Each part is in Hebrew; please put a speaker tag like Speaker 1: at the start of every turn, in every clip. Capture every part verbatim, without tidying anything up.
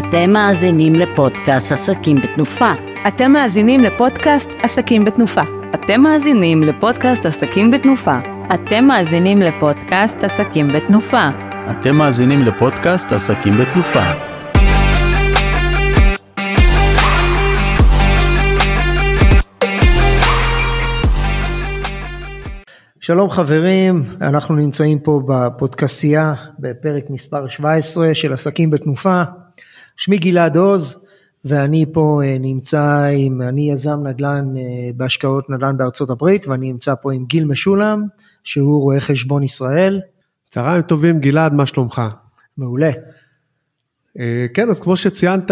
Speaker 1: אתם מאזינים לפודקאסט עסקים בתנופה.
Speaker 2: אתם מאזינים לפודקאסט עסקים בתנופה.
Speaker 3: אתם מאזינים לפודקאסט עסקים בתנופה.
Speaker 4: אתם מאזינים לפודקאסט עסקים בתנופה.
Speaker 5: אתם מאזינים לפודקאסט עסקים בתנופה.
Speaker 6: שלום חברים, אנחנו נמצאים פה בפודקאסייה בפרק מספר שבע עשרה של עסקים בתנופה. שמי גלעד עוז ואני פה נמצא עם, אני יזם נדל"ן בהשקעות נדל"ן בארצות הברית, ואני נמצא פה עם גיל משולם שהוא רואה חשבון ישראל.
Speaker 7: צהריים טובים גלעד, מה שלומך?
Speaker 6: מעולה.
Speaker 7: כן, אז כמו שציינת,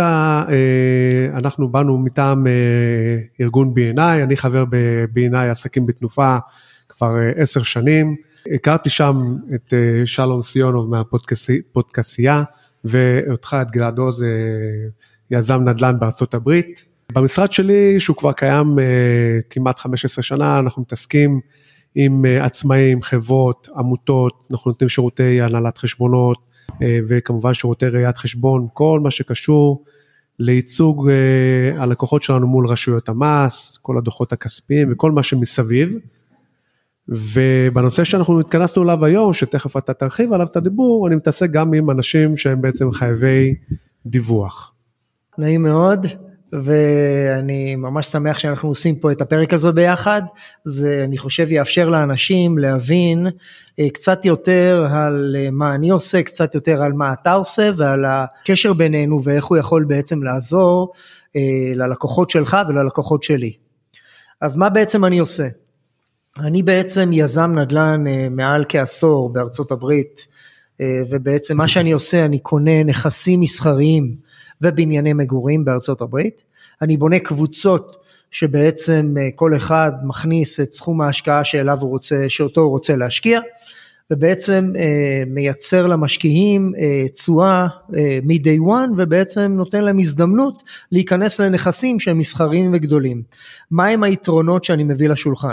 Speaker 7: אנחנו באנו מטעם ארגון בי אן איי, אני חבר ב-בי אן איי עסקים בתנופה כבר עשר שנים, הכרתי שם את שלום סיונוב מהפודקאסייה, ואותך את גלעד עוז, יזם נדל"ן בארצות הברית. במשרד שלי, שהוא כבר קיים כמעט חמש עשרה שנה, אנחנו מתעסקים עם עצמאים, חברות, עמותות, אנחנו נותנים שירותי הנהלת חשבונות, וכמובן שירותי ראיית חשבון, כל מה שקשור לייצוג הלקוחות שלנו מול רשויות המס, כל הדוחות הכספיים וכל מה שמסביב. ובנושא שאנחנו התכנסנו אליו היום, שתכף אתה תרחיב עליו את הדיבור, אני מתעסק גם עם אנשים שהם בעצם חייבי דיווח.
Speaker 6: נעים מאוד, ואני ממש שמח שאנחנו עושים פה את הפרק הזה ביחד. זה אני חושב יאפשר לאנשים להבין קצת יותר על מה אני עושה, קצת יותר על מה אתה עושה, ועל הקשר בינינו ואיך הוא יכול בעצם לעזור ללקוחות שלך וללקוחות שלי. אז מה בעצם אני עושה? אני בעצם יזם נדל"ן מעל כעשור בארצות הברית, ובעצם מה שאני עושה, אני קונה נכסים מסחריים ובנייני מגורים בארצות הברית. אני בונה קבוצות שבעצם כל אחד מכניס את סכום ההשקעה שאליו הוא רוצה, שאותו הוא רוצה להשקיע, ובעצם מייצר למשקיעים תשואה מ-day one, ובעצם נותן להם הזדמנות להיכנס לנכסים שהם מסחריים וגדולים. מהם היתרונות שאני מביא לשולחן?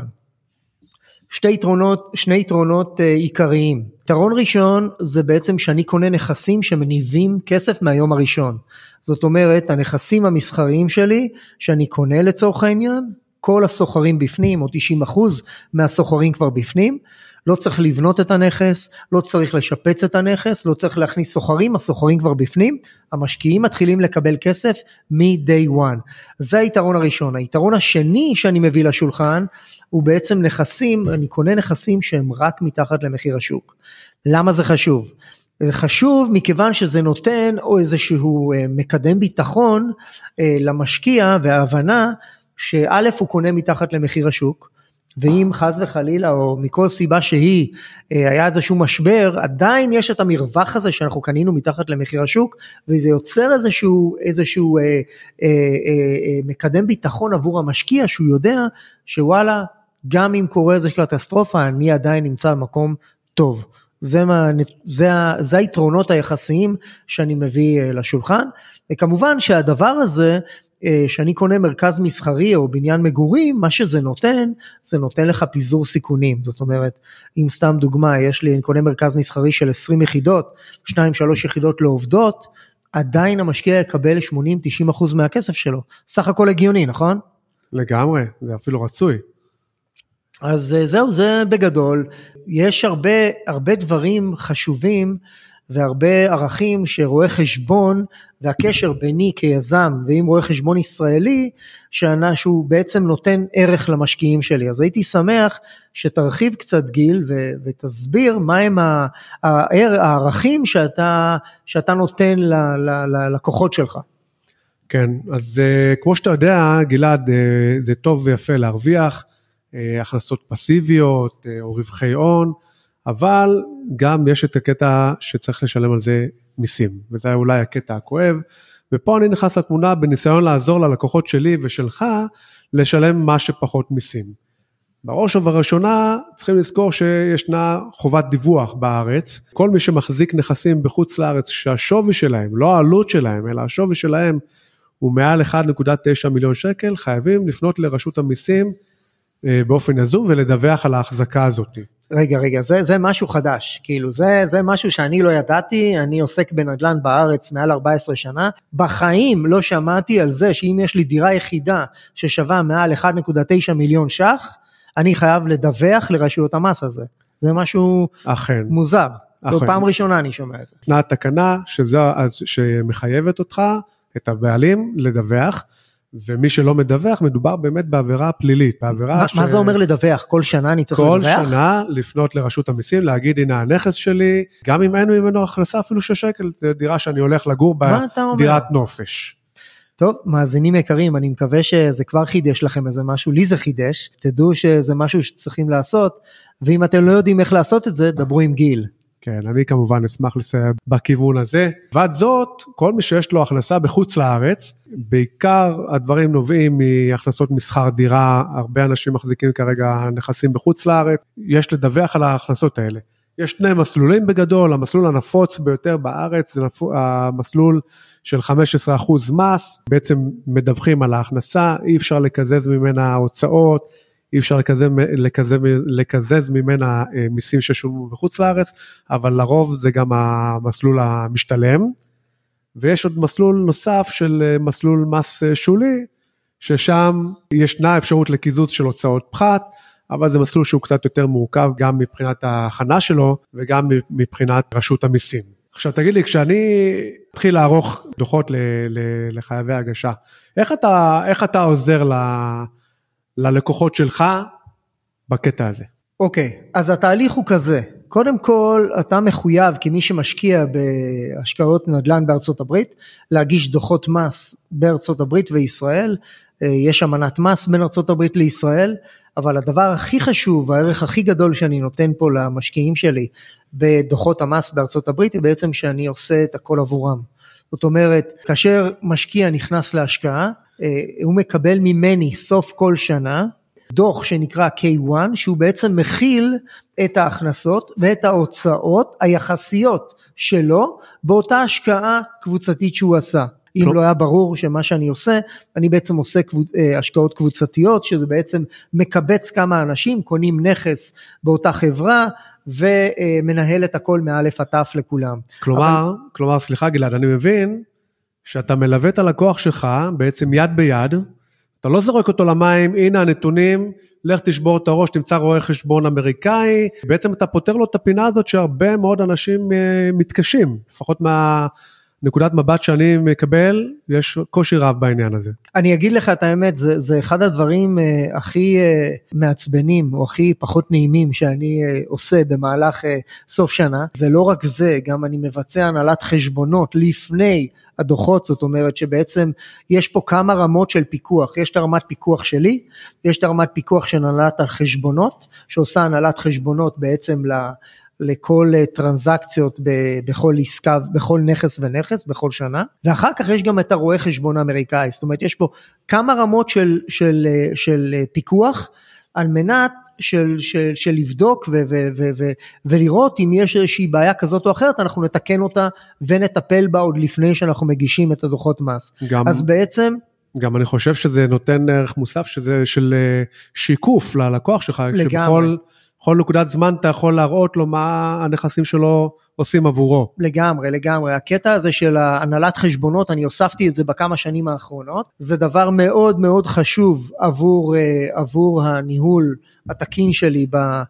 Speaker 6: שתי יתרונות, שני יתרונות אה, עיקריים. יתרון ראשון זה בעצם שאני קונה נכסים שמניבים כסף מהיום הראשון. זאת אומרת, הנכסים המסחריים שלי, שאני קונה לצורך העניין, כל הסוחרים בפנים, או תשעים אחוז מהסוחרים כבר בפנים, לא צריך לבנות את הנכס, לא צריך לשפץ את הנכס, לא צריך להכניס סוחרים, הסוחרים כבר בפנים, המשקיעים מתחילים לקבל כסף מ-day one. זה היתרון הראשון. היתרון השני שאני מביא לשולחן, הוא בעצם נכסים, אני קונה נכסים שהם רק מתחת למחיר השוק. למה זה חשוב? זה חשוב מכיוון שזה נותן או איזשהו מקדם ביטחון למשקיע, וההבנה שא' הוא קונה מתחת למחיר השוק, ואם חס וחלילה או מכל סיבה שהיא היה איזשהו משבר, עדיין יש את המרווח הזה שאנחנו קנינו מתחת למחיר השוק, וזה יוצר איזשהו, איזשהו אה, אה, אה, מקדם ביטחון עבור המשקיע, שהוא יודע שוואלה, גם אם קורה איזושהי קטסטרופה, אני עדיין נמצא במקום טוב. זה, מה, זה, זה היתרונות היחסיים שאני מביא לשולחן, וכמובן שהדבר הזה, שאני קונה מרכז מסחרי או בניין מגורים, מה שזה נותן, זה נותן לך פיזור סיכונים. זאת אומרת, אם סתם דוגמה, יש לי, אני קונה מרכז מסחרי של עשרים יחידות, שתיים שלוש יחידות לעובדות, עדיין המשקיע יקבל שמונים עד תשעים אחוז מהכסף שלו. סך הכל הגיוני, נכון?
Speaker 7: לגמרי, זה אפילו רצוי.
Speaker 6: אז זהו, זה בגדול. יש הרבה, הרבה דברים חשובים, והרבה ערכים שרואה חשבון, והקשר ביני כיזם, ועם רואה חשבון ישראלי, שהוא בעצם נותן ערך למשקיעים שלי. אז הייתי שמח שתרחיב קצת גיל, ו- ותסביר מהם הערכים שאתה, שאתה נותן ללקוחות שלך.
Speaker 7: כן, אז כמו שאתה יודע, גלעד, זה טוב ויפה להרוויח, הכנסות פסיביות, או רווחי הון, אבל גם יש את הקטע שצריך לשלם על זה מיסים, וזה אולי הקטע הכואב, ופה אני נכנס לתמונה בניסיון לעזור ללקוחות שלי ושלך, לשלם מה שפחות מיסים. בראש ובראשונה צריכים לזכור שישנה חובת דיווח בארץ, כל מי שמחזיק נכסים בחוץ לארץ, שהשווי שלהם, לא העלות שלהם, אלא השווי שלהם, הוא מעל אחד נקודה תשע מיליון שקל, חייבים לפנות לרשות המיסים, באופן יזום ולדווח על ההחזקה הזאת.
Speaker 6: רגע, רגע, זה, זה משהו חדש, כאילו, זה, זה משהו שאני לא ידעתי, אני עוסק בנדל"ן בארץ מעל ארבע עשרה שנה, בחיים לא שמעתי על זה שאם יש לי דירה יחידה ששווה מעל אחד נקודה תשע מיליון שח, אני חייב לדווח לרשויות המס הזה, זה משהו
Speaker 7: אכן.
Speaker 6: מוזר,
Speaker 7: אכן.
Speaker 6: לא פעם ראשונה אני שומע את זה.
Speaker 7: ישנה תקנה שזה, שמחייבת אותך, את הבעלים, לדווח, ומי שלא מדווח, מדובר באמת בעבירה פלילית, בעבירה
Speaker 6: מה,
Speaker 7: ש...
Speaker 6: מה זה אומר לדווח? כל שנה אני צריך
Speaker 7: כל
Speaker 6: לדווח?
Speaker 7: כל שנה לפנות לרשות המיסים, להגיד, הנה הנכס שלי, גם אם אין ממנו הכנסה אפילו של שקל, זה דירה שאני הולך לגור בדירת נופש.
Speaker 6: טוב, מאזינים יקרים, אני מקווה שזה כבר חידש לכם איזה משהו, לי זה חידש, תדעו שזה משהו שצריכים לעשות, ואם אתם לא יודעים איך לעשות את זה, דברו עם גיל.
Speaker 7: כן, אני כמובן אשמח לסייע בכיוון הזה. ועד זאת, כל מי שיש לו הכנסה בחוץ לארץ, בעיקר הדברים נובעים מהכנסות מסחר דירה, הרבה אנשים מחזיקים כרגע נכסים בחוץ לארץ, יש לדווח על ההכנסות האלה. יש שני מסלולים בגדול, המסלול הנפוץ ביותר בארץ, זה המסלול של חמישה עשר אחוז מס, בעצם מדווחים על ההכנסה, אי אפשר לקזז ממנה הוצאות, אי אפשר לקזז, לקזז, לקזז ממנה מיסים ששולמו בחוץ לארץ, אבל לרוב זה גם המסלול המשתלם, ויש עוד מסלול נוסף של מסלול מס שולי, ששם ישנה אפשרות לקיזוז של הוצאות פחת, אבל זה מסלול שהוא קצת יותר מורכב, גם מבחינת ההכנה שלו, וגם מבחינת רשות המיסים. עכשיו תגיד לי, כשאני התחיל לערוך דוחות לחייבי הגשה, איך אתה, איך אתה עוזר ל... ללקוחות שלך בקטע הזה?
Speaker 6: אוקיי, okay, אז התהליך הוא כזה, קודם כל אתה מחויב כמי שמשקיע בהשקעות נדל"ן בארצות הברית, להגיש דוחות מס בארצות הברית וישראל, יש אמנת מס בין ארצות הברית לישראל, אבל הדבר הכי חשוב, הערך הכי גדול שאני נותן פה למשקיעים שלי, בדוחות המס בארצות הברית, היא בעצם שאני עושה את הכל עבורם. זאת אומרת, כאשר משקיע נכנס להשקעה, הוא מקבל ממני סוף כל שנה, דוח שנקרא קיי וואן, שהוא בעצם מכיל את ההכנסות ואת ההוצאות היחסיות שלו, באותה השקעה קבוצתית שהוא עשה. אם לא היה ברור שמה שאני עושה, אני בעצם עושה השקעות קבוצתיות, שזה בעצם מקבץ כמה אנשים, קונים נכס באותה חברה, ומנהל את הכל מאלף עד תף לכולם.
Speaker 7: כלומר, אבל... כלומר, סליחה גלעד, אני מבין שאתה מלווה את הלקוח שלך בעצם יד ביד, אתה לא זורק אותו למים, הנה הנתונים, לך תשבור את הראש, תמצא רואה חשבון אמריקאי, בעצם אתה פותר לו את הפינה הזאת שהרבה מאוד אנשים מתקשים, לפחות מהנקודת מבט שאני מקבל, יש קושי רב בעניין הזה. אני
Speaker 6: אגיד לך את האמת, זה, זה אחד הדברים uh, הכי uh, מעצבנים, או הכי פחות נעימים שאני uh, עושה במהלך uh, סוף שנה, זה לא רק זה, גם אני מבצע הנהלת חשבונות לפני הדוחות, זאת אומרת שבעצם יש פה כמה רמות של פיקוח, יש את הרמת פיקוח שלי, יש את הרמת פיקוח של הנהלת החשבונות, שעושה הנהלת חשבונות בעצם ל... לכל טרנזקציות בכל עסקה, בכל נכס ונכס, בכל שנה, ואחר כך יש גם את הרואה חשבון האמריקאי, זאת אומרת יש פה כמה רמות של, של, של פיקוח, על מנת של, של, של לבדוק ו, ו, ו, ו, ולראות אם יש איזושהי בעיה כזאת או אחרת, אנחנו נתקן אותה ונטפל בה עוד לפני שאנחנו מגישים את הדוחות מס. גם, אז בעצם...
Speaker 7: גם אני חושב שזה נותן ערך מוסף, שזה של שיקוף ללקוח שלך,
Speaker 6: לגמרי.
Speaker 7: שבכל... בכל נקודת זמן אתה יכול להראות לו מה הנכסים שלו עושים עבורו.
Speaker 6: לגמרי, לגמרי. הקטע הזה של הנהלת חשבונות, אני הוספתי את זה בכמה שנים האחרונות, זה דבר מאוד מאוד חשוב עבור, עבור הניהול התקין שלי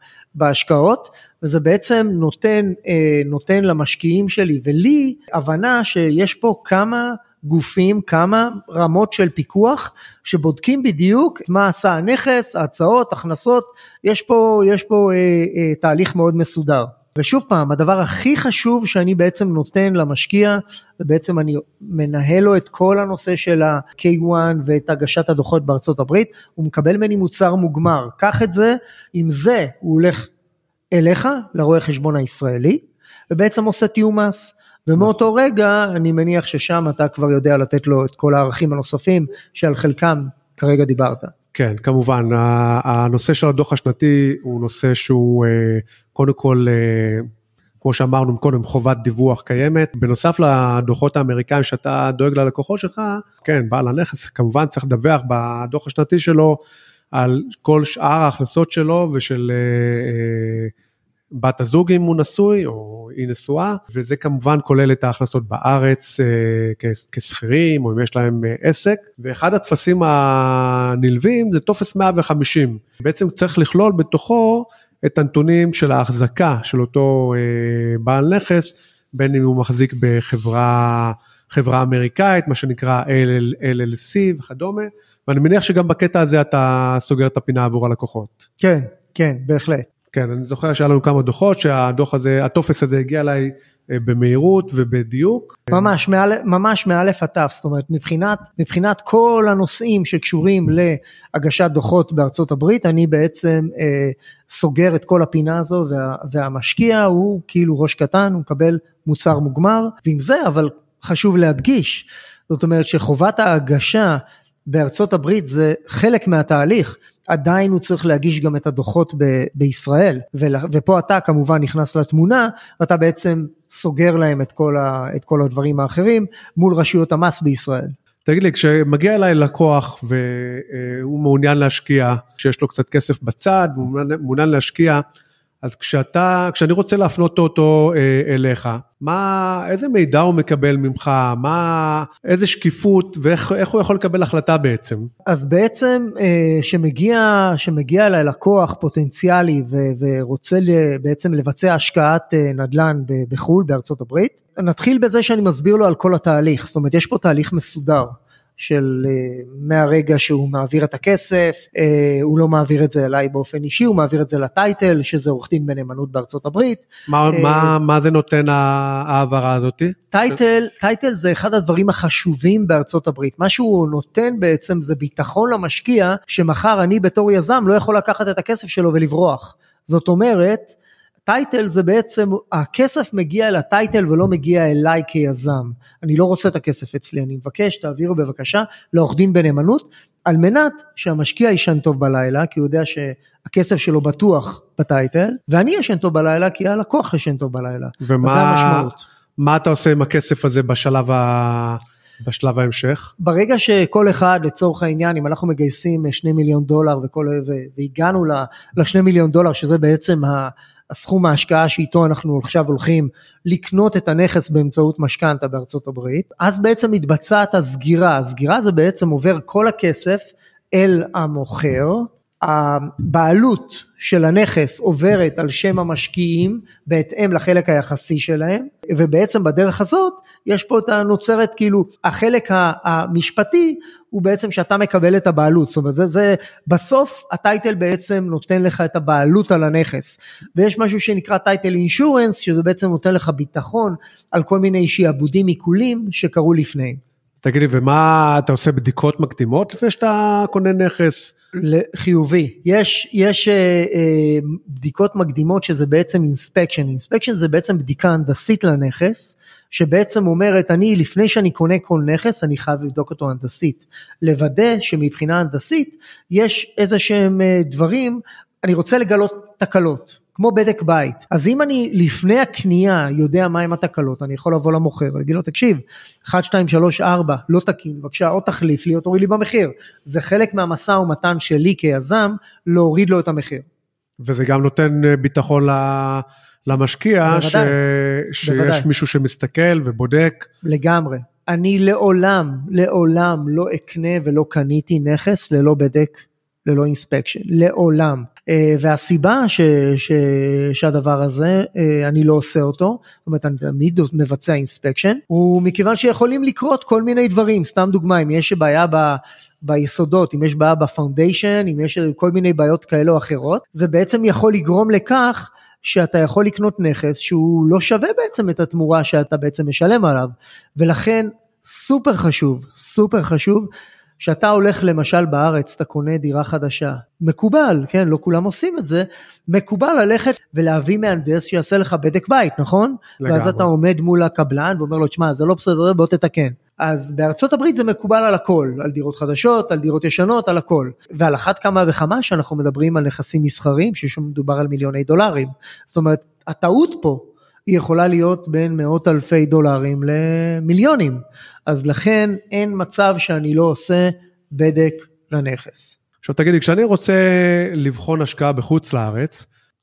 Speaker 6: בהשקעות, וזה בעצם נותן, נותן למשקיעים שלי ולי הבנה שיש פה כמה גופים, כמה רמות של פיקוח, שבודקים בדיוק מה עשה הנכס, ההצעות, הכנסות, יש פה, יש פה אה, אה, תהליך מאוד מסודר. ושוב פעם, הדבר הכי חשוב שאני בעצם נותן למשקיע, בעצם אני מנהל לו את כל הנושא של ה-קיי וואן ואת הגשת הדוחות בארצות הברית, הוא מקבל מני מוצר מוגמר, קח את זה, עם זה הוא הולך אליך, לרואה חשבון הישראלי, ובעצם עושה תיאום מס, ומאותו רגע אני מניח ששם אתה כבר יודע לתת לו את כל הערכים הנוספים שעל חלקם כרגע דיברת.
Speaker 7: כן, כמובן, הנושא של הדוח השנתי הוא נושא שהוא קודם כל, כמו שאמרנו קודם, חובת דיווח קיימת, בנוסף לדוחות האמריקאים שאתה דואג ללקוחות שלך, כן, בעל הנכס כמובן צריך לדווח בדוח השנתי שלו, על כל שאר ההכנסות שלו ושל בת הזוג אם הוא נשוי או היא נשואה, וזה כמובן כולל את ההכנסות בארץ כסחירים או אם יש להם עסק, ואחד התפסים הנלווים זה טופס מאה וחמישים, בעצם צריך לכלול בתוכו את הנתונים של ההחזקה של אותו בעל נכס, בין אם הוא מחזיק בחברה חברה אמריקאית, מה שנקרא אל אל סי וכדומה, ואני מניח שגם בקטע הזה אתה סוגר את הפינה עבור הלקוחות.
Speaker 6: כן, כן, בהחלט.
Speaker 7: כן, אני זוכר שהיה לנו כמה דוחות, שהדוח הזה, הטופס הזה הגיע אליי במהירות ובדיוק.
Speaker 6: ממש, ממש מאלף עטף, זאת אומרת, מבחינת, מבחינת כל הנושאים שקשורים להגשת דוחות בארצות הברית, אני בעצם אה, סוגר את כל הפינה הזו, וה, והמשקיע הוא כאילו ראש קטן, הוא מקבל מוצר מוגמר, ועם זה, אבל חשוב להדגיש, זאת אומרת שחובת ההגשה בארצות הברית זה חלק מהתהליך, עדיין הוא צריך להגיש גם את הדוחות ב- בישראל, ופה אתה כמובן נכנס לתמונה, ואתה בעצם סוגר להם את כל, ה- את כל הדברים האחרים, מול רשויות המס בישראל.
Speaker 7: תגיד לי, כשמגיע אליי לקוח, והוא מעוניין להשקיע, שיש לו קצת כסף בצד, הוא מעוניין להשקיע, אז כשאתה, כשאני רוצה להפנות אותו אה, אליך, מה, איזה מידע הוא מקבל ממך, מה, איזה שקיפות, ואיך איך הוא יכול לקבל החלטה בעצם?
Speaker 6: אז בעצם, אה, שמגיע, שמגיע אליי לקוח פוטנציאלי, ו, ורוצה בעצם לבצע השקעת אה, נדל"ן בחו"ל, בארצות הברית, נתחיל בזה שאני מסביר לו על כל התהליך, זאת אומרת, יש פה תהליך מסודר, של מהרגע שהוא מעביר את הכסף, הוא לא מעביר את זה אליי באופן אישי, הוא מעביר את זה לטייטל, שזה עורך דין בנאמנות בארצות הברית.
Speaker 7: מה, מה, מה זה נותן העברה הזאת?
Speaker 6: טייטל, טייטל זה אחד הדברים החשובים בארצות הברית, מה שהוא נותן בעצם זה ביטחון למשקיע, שמחר אני בתור יזם לא יכול לקחת את הכסף שלו ולברוח. זאת אומרת, טייטל זה בעצם, הכסף מגיע אל הטייטל ולא מגיע אליי כיזם, אני לא רוצה את הכסף אצלי, אני מבקש, תעבירו בבקשה לעורך דין בנאמנות, על מנת שהמשקיע ישן טוב בלילה, כי הוא יודע שהכסף שלו בטוח בטייטל, ואני ישן טוב בלילה, כי הלקוח ישן טוב בלילה,
Speaker 7: ומה,
Speaker 6: וזה המשמעות.
Speaker 7: מה אתה עושה עם הכסף הזה בשלב ה... בשלב ההמשך?
Speaker 6: ברגע שכל אחד לצורך העניין, אם אנחנו מגייסים שני מיליון דולר, וכל, והגענו לשני מיליון דולר, שזה בעצם ה... הסכום ההשקעה שאיתו אנחנו עכשיו הולכים לקנות את הנכס באמצעות משכנתא בארצות הברית, אז בעצם מתבצעת הסגירה, הסגירה זה בעצם עובר כל הכסף אל המוכר, הבעלות של הנכס עוברת על שם המשקיעים בהתאם לחלק היחסי שלהם, ובעצם בדרך הזאת יש פה את הנוצרת, כאילו החלק המשפטי הוא בעצם שאתה מקבל את הבעלות, זאת אומרת זה, זה בסוף הטייטל בעצם נותן לך את הבעלות על הנכס, ויש משהו שנקרא טייטל אינשורנס, שזה בעצם נותן לך ביטחון על כל מיני שיעבודים עיקולים שקרו לפני.
Speaker 7: תגיד לי, ומה אתה עושה בדיקות מקדימות לפני שאתה קונה נכס?
Speaker 6: חיובי, יש, יש אה, אה, בדיקות מקדימות שזה בעצם inspection, inspection זה בעצם בדיקה הנדסית לנכס, שבעצם אומרת, אני לפני שאני קונה כל נכס, אני חייב לבדוק אותו הנדסית, לוודא שמבחינה הנדסית, יש איזה שהם דברים, אני רוצה לגלות תקלות, כמו בדק בית, אז אם אני לפני הקנייה יודע מה עם התקלות, אני יכול לבוא למוכר, ולהגיד לו, תקשיב, אחת, שתיים, שלוש, ארבע, לא תקין, בבקשה, או תחליף לי, או תוריד לי במחיר, זה חלק מהמשא ומתן שלי כיזם, להוריד לו את המחיר.
Speaker 7: וזה גם נותן ביטחון ל... למשקיע, ש... שיש בוודאי. מישהו שמסתכל ובודק.
Speaker 6: לגמרי. אני לעולם, לעולם לא אקנה ולא קניתי נכס ללא בדק, ללא אינספקשן, לעולם. והסיבה ש... ש... שהדבר הזה, אני לא עושה אותו, זאת אומרת, אני תמיד מבצע אינספקשן, הוא מכיוון שיכולים לקרות כל מיני דברים, סתם דוגמה, אם יש בעיה ב... ביסודות, אם יש בעיה בפאונדיישן, אם יש כל מיני בעיות כאלה או אחרות, זה בעצם יכול לגרום לכך, שאתה יכול לקנות נכס שהוא לא שווה בעצם את התמורה שאתה בעצם משלם עליו, ולכן סופר חשוב, סופר חשוב, שאתה הולך למשל בארץ, אתה קונה דירה חדשה, מקובל, כן, לא כולם עושים את זה, מקובל ללכת ולהביא מהנדס שיעשה לך בדק בית, נכון? לגמרי. ואז אתה עומד מול הקבלן ואומר לו, תשמע, זה לא בסדר, בוא תתקן. אז בארצות הברית זה מקובל על הכל, על דירות חדשות, על דירות ישנות, על הכל. ועל אחת כמה וכמה שאנחנו מדברים על נכסים מסחרים, ששום מדובר על מיליוני דולרים. זאת אומרת, הטעות פה היא יכולה להיות בין מאות אלפי דולרים למיליונים. אז לכן אין מצב שאני לא עושה בדק לנכס.
Speaker 7: עכשיו תגידי, כשאני רוצה לבחון השקעה בחוץ לארץ,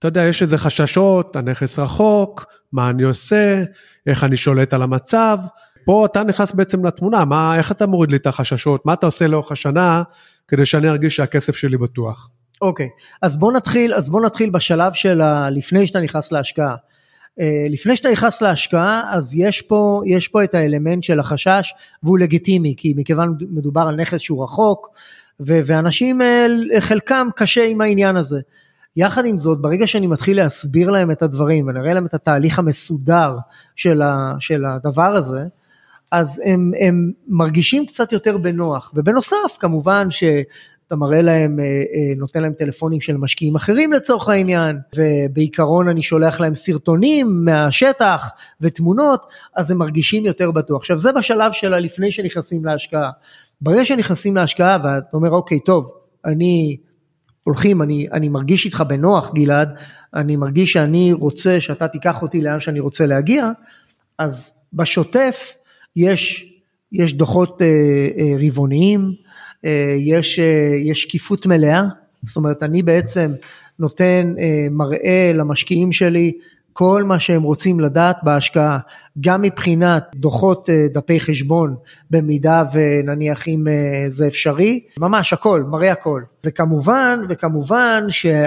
Speaker 7: אתה יודע, יש איזה חששות, הנכס רחוק, מה אני עושה, איך אני שולט על המצב, פה אתה נכנס בעצם לתמונה, מה, איך אתה מוריד לי את החששות, מה אתה עושה לאורך השנה, כדי שאני ארגיש שהכסף שלי בטוח.
Speaker 6: אוקיי, אז בוא נתחיל, אז בוא נתחיל בשלב של ה, לפני שאתה נכנס להשקעה. לפני שאתה נכנס להשקעה, אז יש פה, יש פה את האלמנט של החשש, והוא לגיטימי, כי מכיוון מדובר על נכס שהוא רחוק, ו- ואנשים חלקם קשה עם העניין הזה. יחד עם זאת, ברגע שאני מתחיל להסביר להם את הדברים, ונראה להם את התהליך המסודר של, ה- של הדבר הזה, אז הם, הם מרגישים קצת יותר בנוח, ובנוסף כמובן שאתה מראה להם, נותן להם טלפונים של משקיעים אחרים לצורך העניין, ובעיקרון אני שולח להם סרטונים מהשטח ותמונות, אז הם מרגישים יותר בטוח. עכשיו זה בשלב שלה לפני שנכנסים להשקעה, ברגע שנכנסים להשקעה ואתה אומר אוקיי טוב, אני הולכים, אני, אני מרגיש איתך בנוח גלעד, אני מרגיש שאני רוצה שאתה תיקח אותי לאן שאני רוצה להגיע, אז בשוטף יש, יש דוחות אה, אה, רבעוניים, אה, יש, אה, יש שקיפות מלאה, זאת אומרת אני בעצם נותן אה, מראה למשקיעים שלי, כל מה שהם רוצים לדעת בהשקעה, גם מבחינת דוחות אה, דפי חשבון, במידה ונניח אם אה, זה אפשרי, ממש הכל, מראה הכל, וכמובן, וכמובן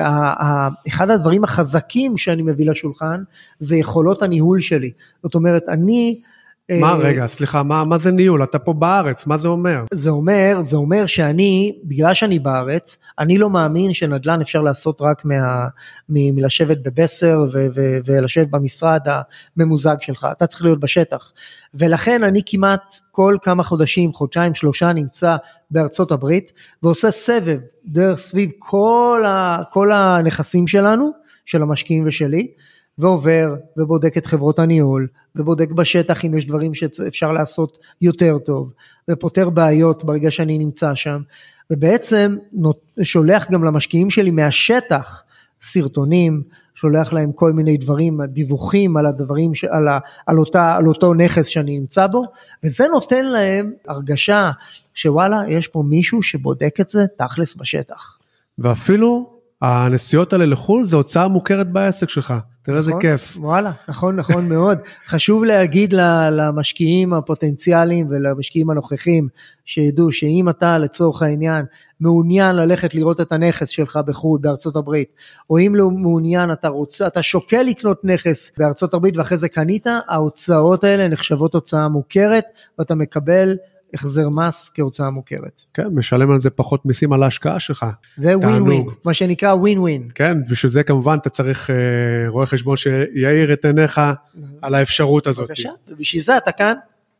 Speaker 6: שאחד הדברים החזקים שאני מביא לשולחן, זה יכולות הניהול שלי, זאת אומרת אני,
Speaker 7: מה רגע, סליחה, מה, מה זה ניהול? אתה פה בארץ, מה זה אומר?
Speaker 6: זה אומר, זה אומר שאני, בגלל שאני בארץ, אני לא מאמין שנדל"ן אפשר לעשות רק מה, מ, מלשבת בבסר ו, ו, ולשבת במשרד הממוזג שלך, אתה צריך להיות בשטח, ולכן אני כמעט כל כמה חודשים, חודשיים, שלושה נמצא בארצות הברית, ועושה סבב דרך סביב כל, ה, כל הנכסים שלנו, של המשקיעים ושלי, ועובר ובודק את חברות הניהול, ובודק בשטח אם יש דברים שאפשר לעשות יותר טוב, ופותר בעיות ברגע שאני נמצא שם, ובעצם שולח גם למשקיעים שלי מהשטח סרטונים, שולח להם כל מיני דברים, דיווחים על הדברים, על, ה, על, אותה, על אותו נכס שאני נמצא בו, וזה נותן להם הרגשה שוואלה, יש פה מישהו שבודק את זה תכלס בשטח.
Speaker 7: ואפילו הנסיעות האלה לחול, זה הוצאה מוכרת בעסק שלך. תראה איזה כיף.
Speaker 6: וואלה, נכון, נכון מאוד. חשוב להגיד למשקיעים הפוטנציאליים ולמשקיעים הנוכחים, שידעו שאם אתה לצורך העניין מעוניין ללכת לראות את הנכס שלך בחו"ל, בארצות הברית, או אם לא מעוניין, אתה רוצה, אתה שוקל לקנות נכס בארצות הברית, ואחרי זה קנית, ההוצאות האלה נחשבות הוצאה מוכרת, ואתה מקבל החזר מס כהוצאה מוכרת.
Speaker 7: כן, משלם על זה פחות מיסים על ההשקעה שלך.
Speaker 6: זה ווין ווין, מה שנקרא ווין ווין.
Speaker 7: כן, בשביל זה כמובן אתה צריך אה, רואה חשבון שיעיר את עיניך על האפשרות הזאת.
Speaker 6: בבקשה, ובשביל זה אתה כאן.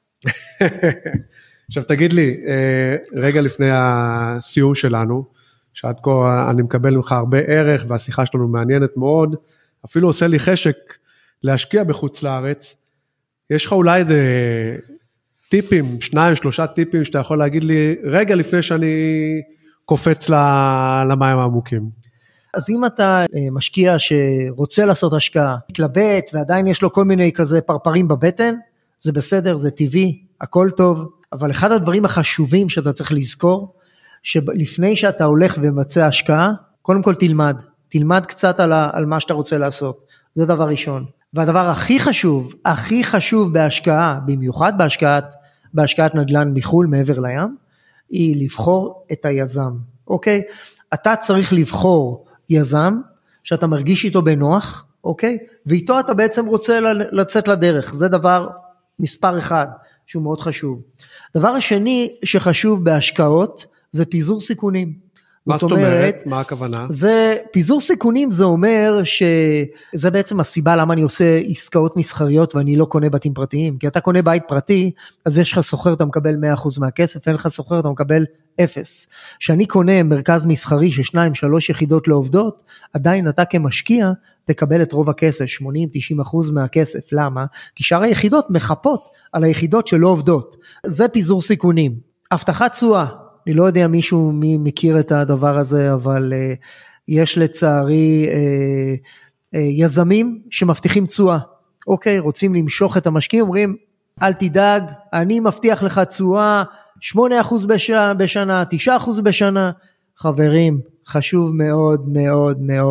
Speaker 7: עכשיו תגיד לי, אה, רגע לפני הסיום שלנו, שעד כה אני מקבל ממך הרבה ערך, והשיחה שלנו מעניינת מאוד, אפילו עושה לי חשק להשקיע בחוץ לארץ, יש לך אולי איזה טיפים, שניים, שלושה טיפים, שאתה יכול להגיד לי, רגע לפני שאני קופץ למים העמוקים.
Speaker 6: אז אם אתה משקיע שרוצה לעשות השקעה, מתלבט, ועדיין יש לו כל מיני כזה פרפרים בבטן, זה בסדר, זה טבעי, הכל טוב, אבל אחד הדברים החשובים שאתה צריך לזכור, שלפני שאתה הולך ומצא השקעה, קודם כל תלמד, תלמד קצת על, ה, על מה שאתה רוצה לעשות, זה דבר ראשון. והדבר הכי חשוב, הכי חשוב בהשקעה, במיוחד בהשקעת, בהשקעת נדל"ן מחול מעבר לים, היא לבחור את היזם, אוקיי? אתה צריך לבחור יזם, שאתה מרגיש איתו בנוח, אוקיי? ואיתו אתה בעצם רוצה לצאת לדרך, זה דבר מספר אחד, שהוא מאוד חשוב. דבר השני שחשוב בהשקעות, זה פיזור סיכונים.
Speaker 7: מה זאת אומרת? מה הכוונה?
Speaker 6: זה, פיזור סיכונים זה אומר שזה בעצם הסיבה למה אני עושה עסקאות מסחריות ואני לא קונה בתים פרטיים, כי אתה קונה בית פרטי, אז יש לך סוחר, אתה מקבל מאה אחוז מהכסף, אין לך סוחר, אתה מקבל אפס. כשאני קונה מרכז מסחרי ששניים, שלוש יחידות לעובדות, עדיין אתה כמשקיע תקבל את רוב הכסף, שמונים עד תשעים אחוז מהכסף. למה? כי שאר היחידות מחפות על היחידות שלא עובדות. זה פיזור סיכונים. הבטחת תשואה. אני לא יודע מישהו מי מכיר את הדבר הזה, אבל uh, יש לצערי uh, uh, יזמים שמבטיחים תשואה. אוקיי, רוצים למשוך את המשקיעים, אומרים, אל תדאג, אני מבטיח לך תשואה, שמונה אחוז בשנה, תשעה אחוז בשנה. חברים, חשוב מאוד מאוד מאוד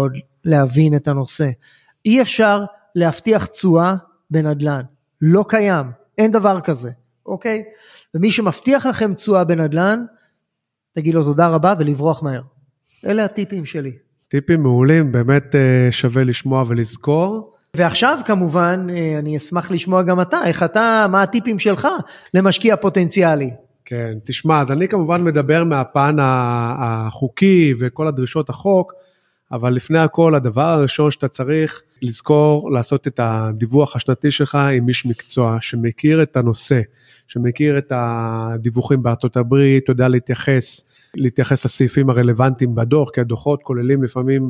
Speaker 6: להבין את הנושא. אי אפשר להבטיח תשואה בנדל"ן, לא קיים, אין דבר כזה, אוקיי? ומי שמבטיח לכם תשואה בנדל"ן, תגיד לו תודה רבה ולברוח מהר. אלה הטיפים שלי.
Speaker 7: טיפים מעולים, באמת שווה לשמוע ולזכור.
Speaker 6: ועכשיו כמובן, אני אשמח לשמוע גם אתה, איך אתה, מה הטיפים שלך למשקיע פוטנציאלי?
Speaker 7: כן, תשמע, אז אני כמובן מדבר מהפן החוקי וכל הדרישות החוק, אבל לפני הכל, הדבר הראשון שאתה צריך לזכור, לעשות את הדיווח השנתי שלך עם איש מקצוע, שמכיר את הנושא, שמכיר את הדיווחים בארצות הברית, יודע להתייחס, להתייחס לסעיפים הרלוונטיים בדוח, כי הדוחות כוללים לפעמים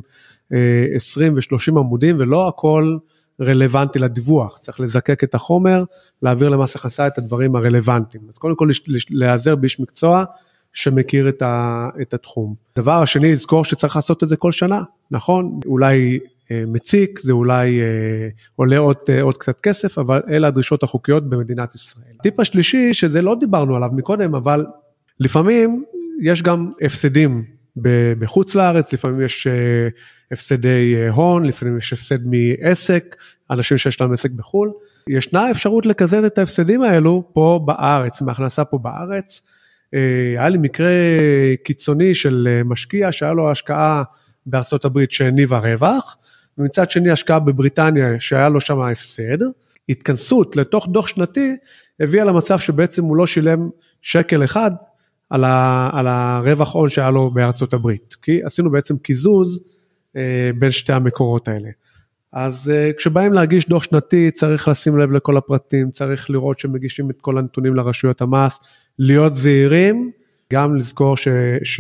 Speaker 7: עשרים ושלושים עמודים, ולא הכל רלוונטי לדיווח, צריך לזקק את החומר, להעביר למס הכנסה את הדברים הרלוונטיים. אז קודם כל להיעזר באיש מקצוע, שמכיר את, ה, את התחום. דבר השני, לזכור שצריך לעשות את זה כל שנה, נכון? אולי אה, מציק, זה אולי אה, עולה עוד, אה, עוד קצת כסף, אבל אלה הדרישות החוקיות במדינת ישראל. הטיפ השלישי, שזה לא דיברנו עליו מקודם, אבל לפעמים יש גם הפסדים בחוץ לארץ, לפעמים יש אה, הפסדי אה, הון, לפעמים יש הפסד מעסק, אנשים שיש להם עסק בחול. ישנה אפשרות לקזז את ההפסדים האלו פה בארץ, מהכנסה פה בארץ, היה לי מקרה קיצוני של משקיע שהיה לו השקעה בארצות הברית שהניבה רווח, ומצד שני השקעה בבריטניה שהיה לו שם הפסד, התכנסות לתוך דוח שנתי הביאה למצב שבעצם הוא לא שילם שקל אחד על, ה, על הרווח הון שהיה לו בארצות הברית, כי עשינו בעצם קיזוז בין שתי המקורות האלה. אז כשבאים להגיש דוח שנתי, צריך לשים לב לכל הפרטים, צריך לראות שמגישים את כל הנתונים לרשויות המס, להיות זהירים, גם לזכור ש,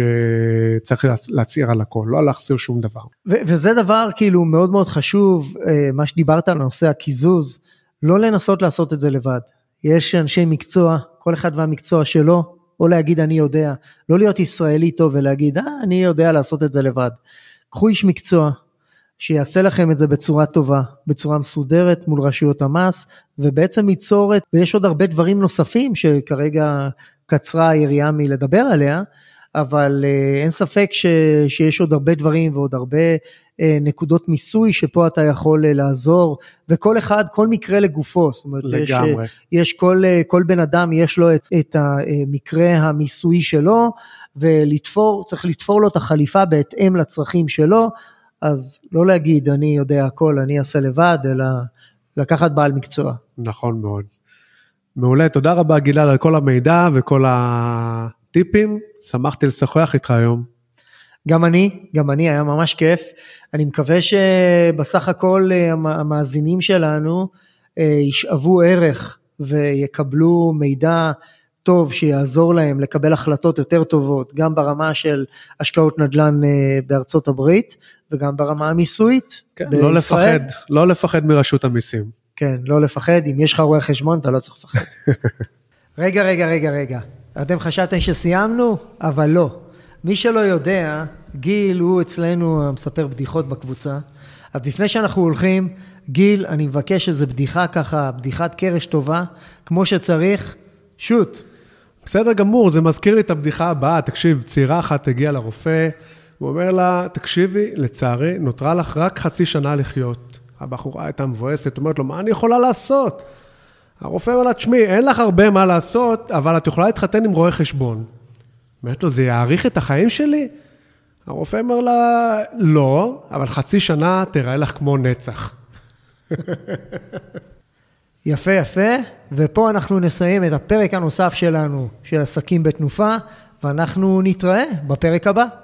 Speaker 7: שצריך להצעיר על הכל, לא להחסיר שום דבר.
Speaker 6: ו- וזה דבר כאילו מאוד מאוד חשוב, מה שדיברת על נושא הקיזוז, לא לנסות לעשות את זה לבד. יש אנשי מקצוע, כל אחד והמקצוע שלו, או להגיד אני יודע, לא להיות ישראלי טוב ולהגיד, אה, אני יודע לעשות את זה לבד. קחו איש מקצוע, שיעשה לכם את זה בצורה טובה, בצורה מסודרת מול רשויות המס, ובעצם ייצור את, ויש עוד הרבה דברים נוספים שכרגע קצרה היריעה מלדבר עליה, אבל אה, אין ספק ש, שיש עוד הרבה דברים ועוד הרבה אה, נקודות מיסוי שפה אתה יכול אה, לעזור, וכל אחד, כל מקרה לגופו, זאת אומרת, לגמרי. יש, יש כל, אה, כל בן אדם יש לו את, את המקרה המיסוי שלו, ולתפור, צריך לתפור לו את החליפה בהתאם לצרכים שלו, אז לא להגיד, אני יודע הכל, אני אעשה לבד, אלא לקחת בעל מקצוע.
Speaker 7: נכון מאוד. מעולה, תודה רבה גלעד על כל המידע וכל הטיפים, שמחתי לשוחח איתך היום.
Speaker 6: גם אני, גם אני, היה ממש כיף. אני מקווה שבסך הכל המאזינים שלנו ישאבו ערך ויקבלו מידע טוב שיעזור להם לקבל החלטות יותר טובות, גם ברמה של השקעות נדל"ן בארצות הברית, וגם ברמה המיסויית.
Speaker 7: כן, לא לפחד, לא לפחד מרשות המיסים.
Speaker 6: כן, לא לפחד, אם יש לך רואה חשבון, אתה לא צריך לפחד. רגע, רגע, רגע, רגע. אתם חשבתם שסיימנו? אבל לא. מי שלא יודע, גיל הוא אצלנו מספר בדיחות בקבוצה, אז לפני שאנחנו הולכים, גיל, אני מבקש איזו בדיחה ככה, בדיחת קרש טובה, כמו שצריך, שוט.
Speaker 7: בסדר גמור, זה מזכיר לי את הבדיחה הבאה, תקשיב, צעירה אחת הגיעה לרופא, הוא אומר לה, תקשיבי, לצערי, נותרה לך רק חצי שנה לחיות. הבחורה הייתה מבואסת, אומרת לו, מה אני יכולה לעשות? הרופא אומר לה, תשמעי, אין לך הרבה מה לעשות, אבל את יכולה להתחתן עם רואה חשבון. אומרת לו, זה יעריך את החיים שלי? הרופא אומר לה, לא, אבל חצי שנה תראה לך כמו נצח.
Speaker 6: יפה יפה, ופה אנחנו נסיים את הפרק הנוסף שלנו, של עסקים בתנופה, ואנחנו נתראה בפרק הבא.